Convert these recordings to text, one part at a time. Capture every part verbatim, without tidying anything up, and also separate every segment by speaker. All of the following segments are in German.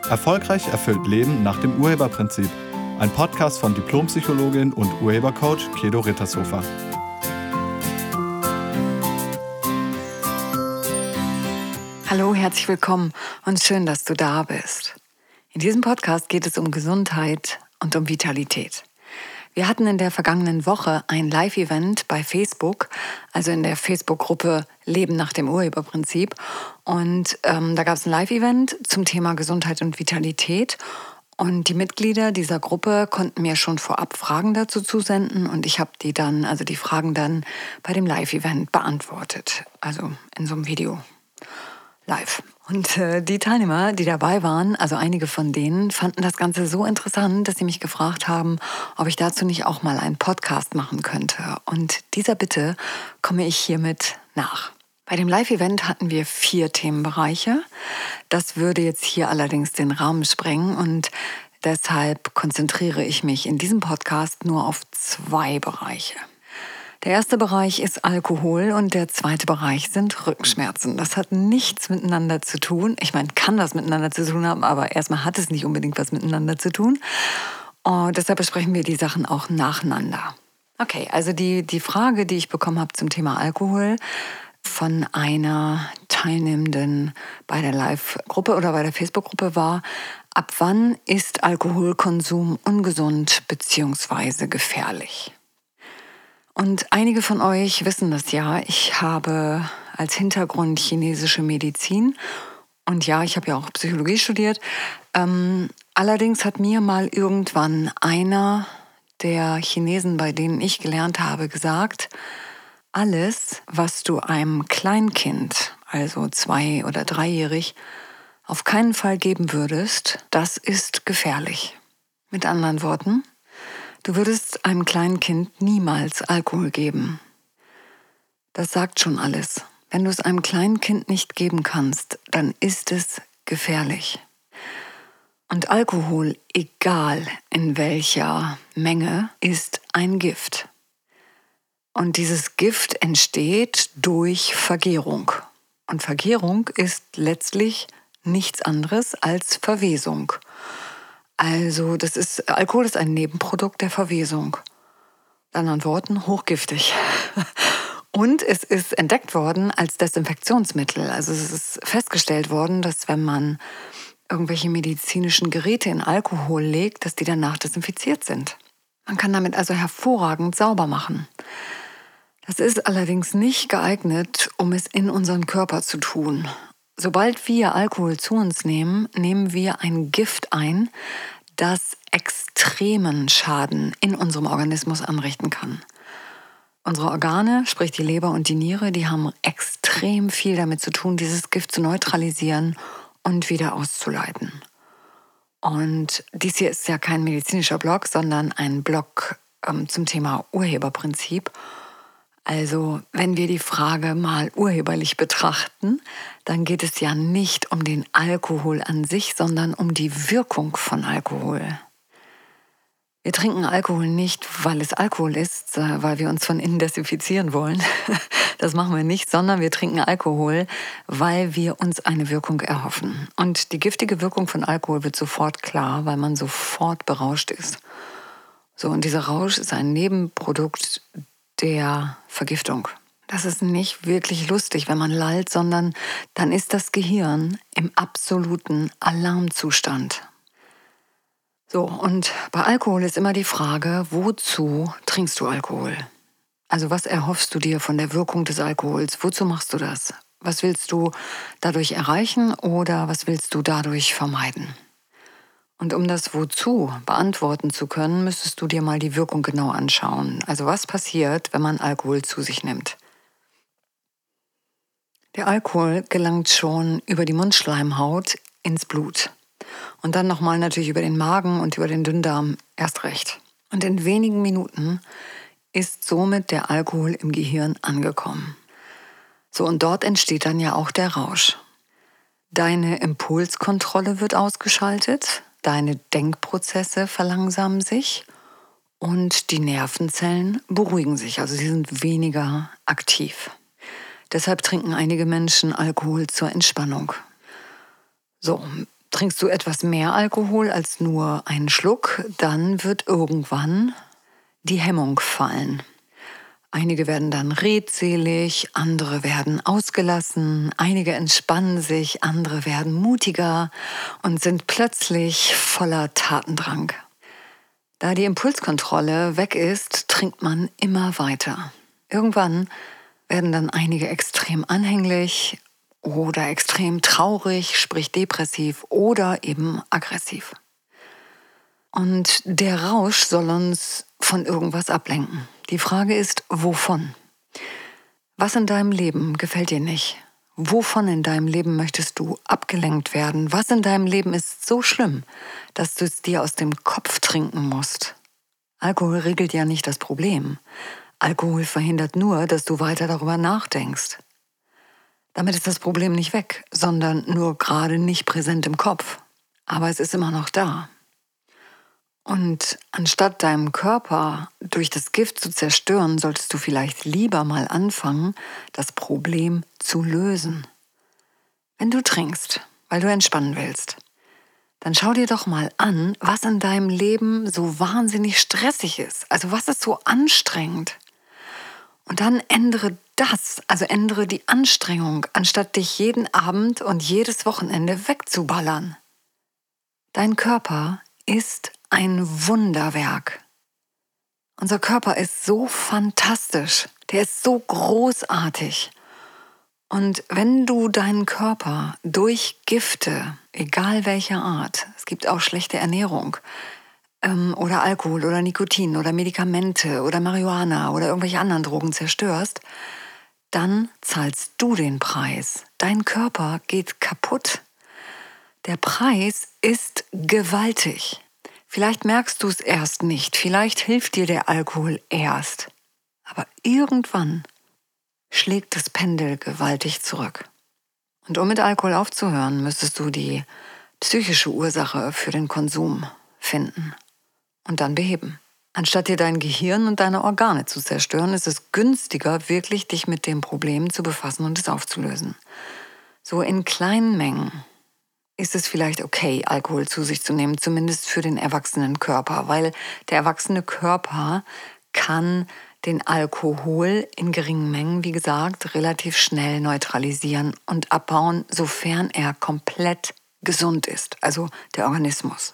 Speaker 1: Erfolgreich erfüllt Leben nach dem Urheberprinzip. Ein Podcast von Diplompsychologin und Urhebercoach Kedo Rittershofer.
Speaker 2: Hallo, herzlich willkommen und schön, dass du da bist. In diesem Podcast geht es um Gesundheit und um Vitalität. Wir hatten in der vergangenen Woche ein Live-Event bei Facebook, also in der Facebook-Gruppe Leben nach dem Urheberprinzip. Und ähm, da gab es ein Live-Event zum Thema Gesundheit und Vitalität. Und die Mitglieder dieser Gruppe konnten mir schon vorab Fragen dazu zusenden. Und ich habe die dann, also die Fragen dann bei dem Live-Event beantwortet. Also in so einem Video live. Und äh, die Teilnehmer, die dabei waren, also einige von denen, fanden das Ganze so interessant, dass sie mich gefragt haben, ob ich dazu nicht auch mal einen Podcast machen könnte. Und dieser Bitte komme ich hiermit nach. Bei dem Live-Event hatten wir vier Themenbereiche. Das würde jetzt hier allerdings den Rahmen sprengen und deshalb konzentriere ich mich in diesem Podcast nur auf zwei Bereiche. Der erste Bereich ist Alkohol und der zweite Bereich sind Rückenschmerzen. Das hat nichts miteinander zu tun. Ich meine, kann das miteinander zu tun haben, aber erstmal hat es nicht unbedingt was miteinander zu tun. Und deshalb besprechen wir die Sachen auch nacheinander. Okay, also die, die Frage, die ich bekommen habe zum Thema Alkohol von einer Teilnehmenden bei der Live-Gruppe oder bei der Facebook-Gruppe war: Ab wann ist Alkoholkonsum ungesund bzw. gefährlich? Und einige von euch wissen das ja, ich habe als Hintergrund chinesische Medizin und ja, ich habe ja auch Psychologie studiert. Ähm, allerdings hat mir mal irgendwann einer der Chinesen, bei denen ich gelernt habe, gesagt: Alles, was du einem Kleinkind, also zwei- oder dreijährig, auf keinen Fall geben würdest, das ist gefährlich. Mit anderen Worten: Du würdest einem kleinen Kind niemals Alkohol geben. Das sagt schon alles. Wenn du es einem kleinen Kind nicht geben kannst, dann ist es gefährlich. Und Alkohol, egal in welcher Menge, ist ein Gift. Und dieses Gift entsteht durch Vergärung. Und Vergärung ist letztlich nichts anderes als Verwesung. Also das ist, Alkohol ist ein Nebenprodukt der Verwesung. In anderen Worten, hochgiftig. Und es ist entdeckt worden als Desinfektionsmittel. Also es ist festgestellt worden, dass wenn man irgendwelche medizinischen Geräte in Alkohol legt, dass die danach desinfiziert sind. Man kann damit also hervorragend sauber machen. Das ist allerdings nicht geeignet, um es in unseren Körper zu tun. Sobald wir Alkohol zu uns nehmen, nehmen wir ein Gift ein, das extremen Schaden in unserem Organismus anrichten kann. Unsere Organe, sprich die Leber und die Niere, die haben extrem viel damit zu tun, dieses Gift zu neutralisieren und wieder auszuleiten. Und dies hier ist ja kein medizinischer Blog, sondern ein Blog ähm, zum Thema Urheberprinzip. Also, wenn wir die Frage mal urheberlich betrachten, dann geht es ja nicht um den Alkohol an sich, sondern um die Wirkung von Alkohol. Wir trinken Alkohol nicht, weil es Alkohol ist, weil wir uns von innen desinfizieren wollen. Das machen wir nicht, sondern wir trinken Alkohol, weil wir uns eine Wirkung erhoffen. Und die giftige Wirkung von Alkohol wird sofort klar, weil man sofort berauscht ist. So, und dieser Rausch ist ein Nebenprodukt der Vergiftung. Das ist nicht wirklich lustig, wenn man lallt, sondern dann ist das Gehirn im absoluten Alarmzustand. So, und bei Alkohol ist immer die Frage, wozu trinkst du Alkohol? Also was erhoffst du dir von der Wirkung des Alkohols? Wozu machst du das? Was willst du dadurch erreichen oder was willst du dadurch vermeiden? Und um das Wozu beantworten zu können, müsstest du dir mal die Wirkung genau anschauen. Also was passiert, wenn man Alkohol zu sich nimmt? Der Alkohol gelangt schon über die Mundschleimhaut ins Blut. Und dann nochmal natürlich über den Magen und über den Dünndarm erst recht. Und in wenigen Minuten ist somit der Alkohol im Gehirn angekommen. So, und dort entsteht dann ja auch der Rausch. Deine Impulskontrolle wird ausgeschaltet. Deine Denkprozesse verlangsamen sich und die Nervenzellen beruhigen sich, also sie sind weniger aktiv. Deshalb trinken einige Menschen Alkohol zur Entspannung. So, Trinkst du etwas mehr Alkohol als nur einen Schluck, dann wird irgendwann die Hemmung fallen. Einige werden dann redselig, andere werden ausgelassen, einige entspannen sich, andere werden mutiger und sind plötzlich voller Tatendrang. Da die Impulskontrolle weg ist, trinkt man immer weiter. Irgendwann werden dann einige extrem anhänglich oder extrem traurig, sprich depressiv oder eben aggressiv. Und der Rausch soll uns von irgendwas ablenken. Die Frage ist, wovon? Was in deinem Leben gefällt dir nicht? Wovon in deinem Leben möchtest du abgelenkt werden? Was in deinem Leben ist so schlimm, dass du es dir aus dem Kopf trinken musst? Alkohol regelt ja nicht das Problem. Alkohol verhindert nur, dass du weiter darüber nachdenkst. Damit ist das Problem nicht weg, sondern nur gerade nicht präsent im Kopf. Aber es ist immer noch da. Und anstatt deinem Körper durch das Gift zu zerstören, solltest du vielleicht lieber mal anfangen, das Problem zu lösen. Wenn du trinkst, weil du entspannen willst, dann schau dir doch mal an, was in deinem Leben so wahnsinnig stressig ist. Also was ist so anstrengend? Und dann ändere das, also ändere die Anstrengung, anstatt dich jeden Abend und jedes Wochenende wegzuballern. Dein Körper ist ein Wunderwerk. Unser Körper ist so fantastisch, der ist so großartig. Und wenn du deinen Körper durch Gifte, egal welcher Art, es gibt auch schlechte Ernährung, ähm, oder Alkohol oder Nikotin oder Medikamente oder Marihuana oder irgendwelche anderen Drogen zerstörst, dann zahlst du den Preis. Dein Körper geht kaputt. Der Preis ist gewaltig. Vielleicht merkst du es erst nicht, vielleicht hilft dir der Alkohol erst. Aber irgendwann schlägt das Pendel gewaltig zurück. Und um mit Alkohol aufzuhören, müsstest du die psychische Ursache für den Konsum finden und dann beheben. Anstatt dir dein Gehirn und deine Organe zu zerstören, ist es günstiger, wirklich dich mit dem Problem zu befassen und es aufzulösen. So in kleinen Mengen ist es vielleicht okay, Alkohol zu sich zu nehmen, zumindest für den erwachsenen Körper, weil der erwachsene Körper kann den Alkohol in geringen Mengen, wie gesagt, relativ schnell neutralisieren und abbauen, sofern er komplett gesund ist, also der Organismus.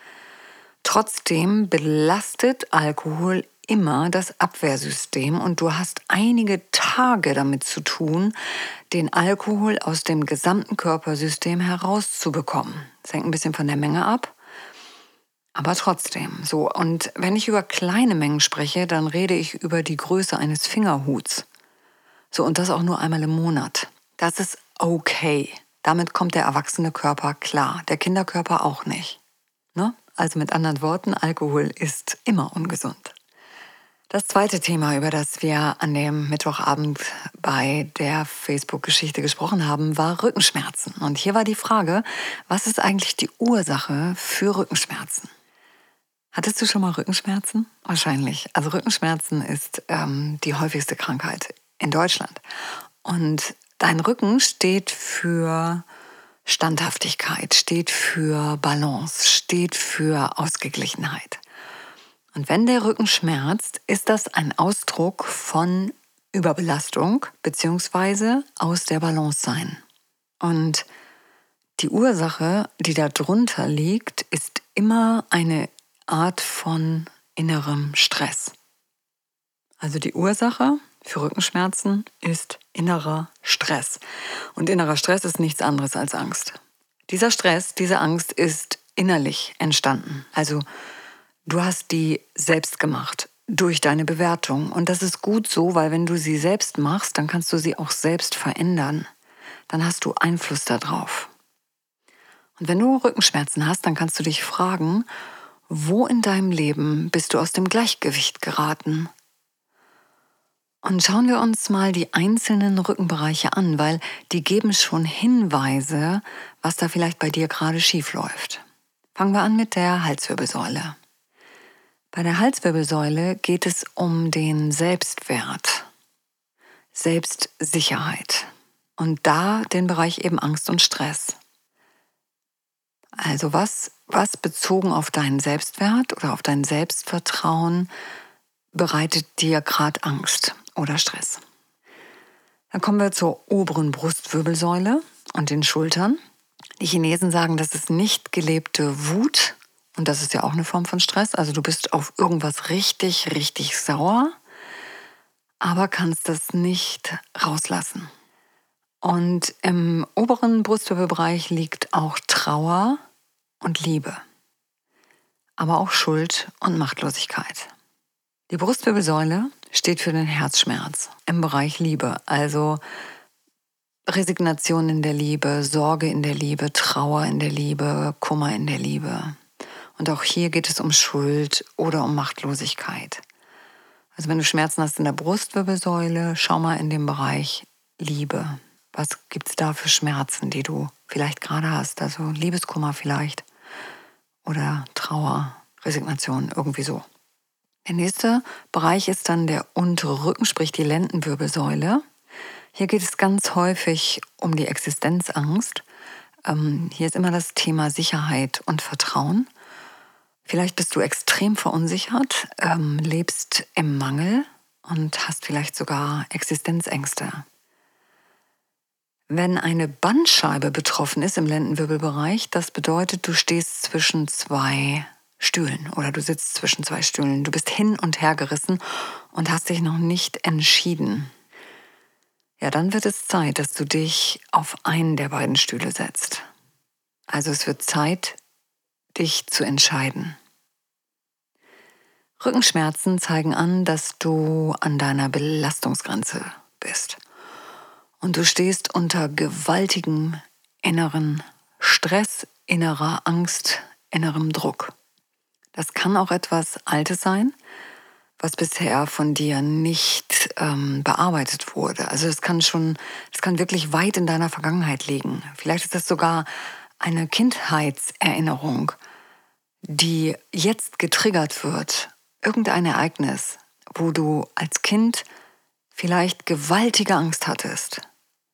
Speaker 2: Trotzdem belastet Alkohol immer das Abwehrsystem und du hast einige Tage damit zu tun, den Alkohol aus dem gesamten Körpersystem herauszubekommen. Das hängt ein bisschen von der Menge ab, aber trotzdem. So, und wenn ich über kleine Mengen spreche, dann rede ich über die Größe eines Fingerhuts. So, und das auch nur einmal im Monat. Das ist okay. Damit kommt der erwachsene Körper klar, der Kinderkörper auch nicht. Ne? Also mit anderen Worten, Alkohol ist immer ungesund. Das zweite Thema, über das wir an dem Mittwochabend bei der Facebook-Geschichte gesprochen haben, war Rückenschmerzen. Und hier war die Frage, was ist eigentlich die Ursache für Rückenschmerzen? Hattest du schon mal Rückenschmerzen? Wahrscheinlich. Also Rückenschmerzen ist ähm, die häufigste Krankheit in Deutschland. Und dein Rücken steht für Standhaftigkeit, steht für Balance, steht für Ausgeglichenheit. Und wenn der Rücken schmerzt, ist das ein Ausdruck von Überbelastung bzw. aus der Balance sein. Und die Ursache, die darunter liegt, ist immer eine Art von innerem Stress. Also die Ursache für Rückenschmerzen ist innerer Stress. Und innerer Stress ist nichts anderes als Angst. Dieser Stress, diese Angst ist innerlich entstanden. Also du hast die selbst gemacht durch deine Bewertung. Und das ist gut so, weil wenn du sie selbst machst, dann kannst du sie auch selbst verändern. Dann hast du Einfluss darauf. Und wenn du Rückenschmerzen hast, dann kannst du dich fragen, wo in deinem Leben bist du aus dem Gleichgewicht geraten? Und schauen wir uns mal die einzelnen Rückenbereiche an, weil die geben schon Hinweise, was da vielleicht bei dir gerade schief läuft. Fangen wir an mit der Halswirbelsäule. Bei der Halswirbelsäule geht es um den Selbstwert, Selbstsicherheit und da den Bereich eben Angst und Stress. Also was, was bezogen auf deinen Selbstwert oder auf dein Selbstvertrauen bereitet dir gerade Angst oder Stress? Dann kommen wir zur oberen Brustwirbelsäule und den Schultern. Die Chinesen sagen, das ist nicht gelebte Wut und das ist ja auch eine Form von Stress. Also du bist auf irgendwas richtig, richtig sauer, aber kannst das nicht rauslassen. Und im oberen Brustwirbelbereich liegt auch Trauer und Liebe, aber auch Schuld und Machtlosigkeit. Die Brustwirbelsäule steht für den Herzschmerz im Bereich Liebe, also Resignation in der Liebe, Sorge in der Liebe, Trauer in der Liebe, Kummer in der Liebe. Und auch hier geht es um Schuld oder um Machtlosigkeit. Also wenn du Schmerzen hast in der Brustwirbelsäule, schau mal in den Bereich Liebe. Was gibt es da für Schmerzen, die du vielleicht gerade hast? Also Liebeskummer vielleicht oder Trauer, Resignation, irgendwie so. Der nächste Bereich ist dann der untere Rücken, sprich die Lendenwirbelsäule. Hier geht es ganz häufig um die Existenzangst. Ähm, hier ist immer das Thema Sicherheit und Vertrauen. Vielleicht bist du extrem verunsichert, ähm, lebst im Mangel und hast vielleicht sogar Existenzängste. Wenn eine Bandscheibe betroffen ist im Lendenwirbelbereich, das bedeutet, du stehst zwischen zwei Stühlen oder du sitzt zwischen zwei Stühlen. Du bist hin und her gerissen und hast dich noch nicht entschieden. Ja, dann wird es Zeit, dass du dich auf einen der beiden Stühle setzt. Also es wird Zeit, dich zu entscheiden. Rückenschmerzen zeigen an, dass du an deiner Belastungsgrenze bist. Und du stehst unter gewaltigem inneren Stress, innerer Angst, innerem Druck. Das kann auch etwas Altes sein, was bisher von dir nicht ähm, bearbeitet wurde. Also es kann schon, es kann wirklich weit in deiner Vergangenheit liegen. Vielleicht ist das sogar eine Kindheitserinnerung, die jetzt getriggert wird. Irgendein Ereignis, wo du als Kind vielleicht gewaltige Angst hattest.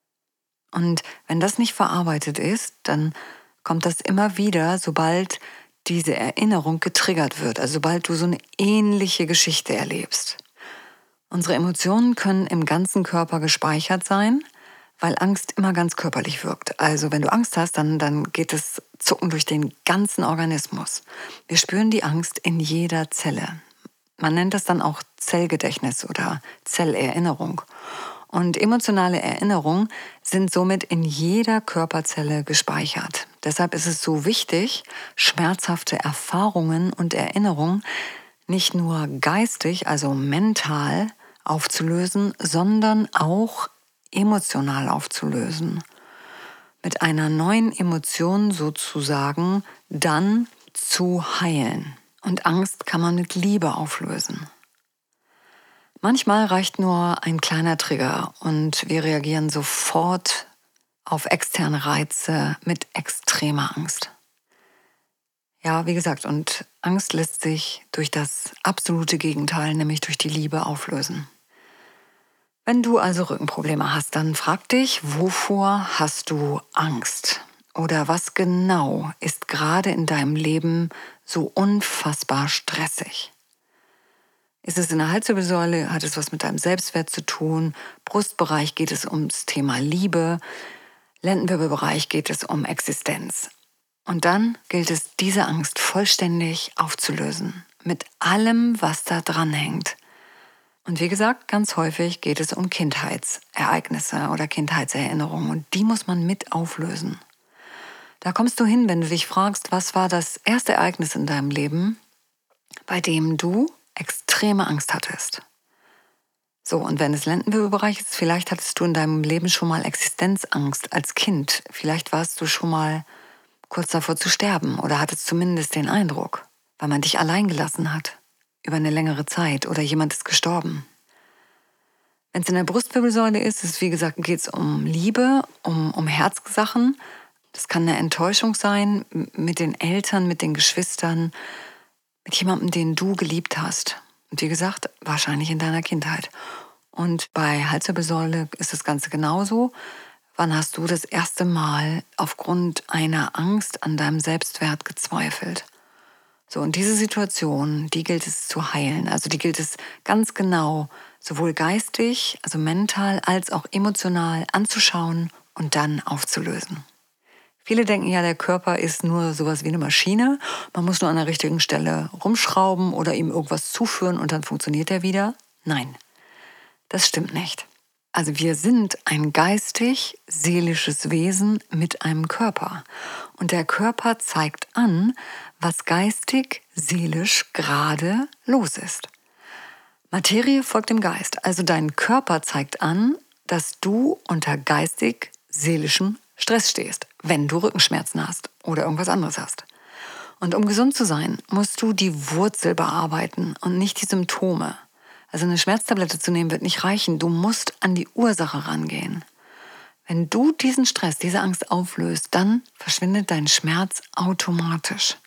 Speaker 2: Und wenn das nicht verarbeitet ist, dann kommt das immer wieder, sobald diese Erinnerung getriggert wird, also sobald du so eine ähnliche Geschichte erlebst. Unsere Emotionen können im ganzen Körper gespeichert sein, weil Angst immer ganz körperlich wirkt. Also wenn du Angst hast, dann, dann geht es Zucken durch den ganzen Organismus. Wir spüren die Angst in jeder Zelle. Man nennt das dann auch Zellgedächtnis oder Zellerinnerung. Und emotionale Erinnerungen sind somit in jeder Körperzelle gespeichert. Deshalb ist es so wichtig, schmerzhafte Erfahrungen und Erinnerungen nicht nur geistig, also mental aufzulösen, sondern auch emotional aufzulösen. Mit einer neuen Emotion sozusagen dann zu heilen. Und Angst kann man mit Liebe auflösen. Manchmal reicht nur ein kleiner Trigger und wir reagieren sofort auf externe Reize mit extremer Angst. Ja, wie gesagt, und Angst lässt sich durch das absolute Gegenteil, nämlich durch die Liebe, auflösen. Wenn du also Rückenprobleme hast, dann frag dich, wovor hast du Angst? Oder was genau ist gerade in deinem Leben so unfassbar stressig? Ist es in der Halswirbelsäule, hat es was mit deinem Selbstwert zu tun? Brustbereich geht es ums Thema Liebe. Lendenwirbelbereich geht es um Existenz. Und dann gilt es, diese Angst vollständig aufzulösen. Mit allem, was da dran hängt. Und wie gesagt, ganz häufig geht es um Kindheitsereignisse oder Kindheitserinnerungen. Und die muss man mit auflösen. Da kommst du hin, wenn du dich fragst, was war das erste Ereignis in deinem Leben, bei dem du extreme Angst hattest. So, und wenn es Lendenwirbelbereich ist, vielleicht hattest du in deinem Leben schon mal Existenzangst als Kind. Vielleicht warst du schon mal kurz davor zu sterben oder hattest zumindest den Eindruck, weil man dich allein gelassen hat über eine längere Zeit oder jemand ist gestorben. Wenn es in der Brustwirbelsäule ist, ist wie gesagt, geht es um Liebe, um, um Herzsachen. Das kann eine Enttäuschung sein mit den Eltern, mit den Geschwistern, mit jemandem, den du geliebt hast. Und wie gesagt, wahrscheinlich in deiner Kindheit. Und bei Halswirbelsäule ist das Ganze genauso, Wann hast du das erste Mal aufgrund einer Angst an deinem Selbstwert gezweifelt? So, und diese Situation, die gilt es zu heilen. Also die gilt es ganz genau, sowohl geistig, also mental, als auch emotional anzuschauen und dann aufzulösen. Viele denken ja, der Körper ist nur sowas wie eine Maschine. Man muss nur an der richtigen Stelle rumschrauben oder ihm irgendwas zuführen und dann funktioniert er wieder. Nein, das stimmt nicht. Also wir sind ein geistig-seelisches Wesen mit einem Körper. Und der Körper zeigt an, was geistig-seelisch gerade los ist. Materie folgt dem Geist. Also dein Körper zeigt an, dass du unter geistig-seelischem Stress stehst, wenn du Rückenschmerzen hast oder irgendwas anderes hast. Und um gesund zu sein, musst du die Wurzel bearbeiten und nicht die Symptome. Also eine Schmerztablette zu nehmen wird nicht reichen. Du musst an die Ursache rangehen. Wenn du diesen Stress, diese Angst auflöst, dann verschwindet dein Schmerz automatisch.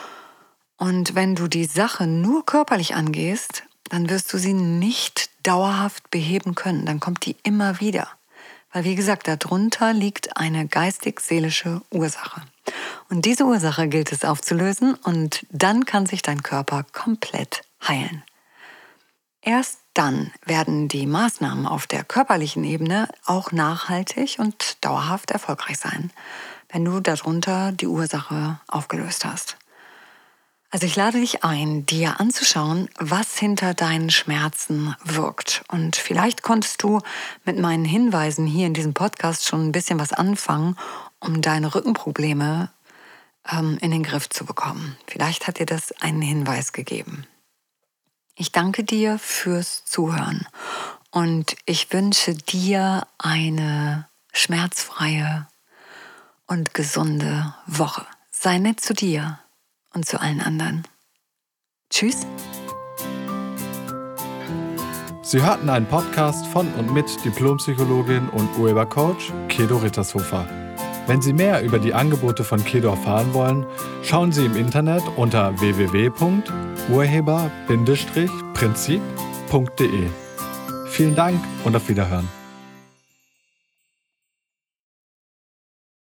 Speaker 2: Und wenn du die Sache nur körperlich angehst, dann wirst du sie nicht dauerhaft beheben können. Dann kommt die immer wieder. Weil wie gesagt, darunter liegt eine geistig-seelische Ursache. Und diese Ursache gilt es aufzulösen und dann kann sich dein Körper komplett heilen. Erst dann werden die Maßnahmen auf der körperlichen Ebene auch nachhaltig und dauerhaft erfolgreich sein, wenn du darunter die Ursache aufgelöst hast. Also ich lade dich ein, dir anzuschauen, was hinter deinen Schmerzen wirkt. Und vielleicht konntest du mit meinen Hinweisen hier in diesem Podcast schon ein bisschen was anfangen, um deine Rückenprobleme ähm, in den Griff zu bekommen. Vielleicht hat dir das einen Hinweis gegeben. Ich danke dir fürs Zuhören und ich wünsche dir eine schmerzfreie und gesunde Woche. Sei nett zu dir und zu allen anderen. Tschüss.
Speaker 1: Sie hörten einen Podcast von und mit Diplompsychologin und Urhebercoach Kedo Rittershofer. Wenn Sie mehr über die Angebote von Kedo erfahren wollen, schauen Sie im Internet unter w w w punkt urheber Bindestrich prinzip punkt de. Vielen Dank und auf Wiederhören.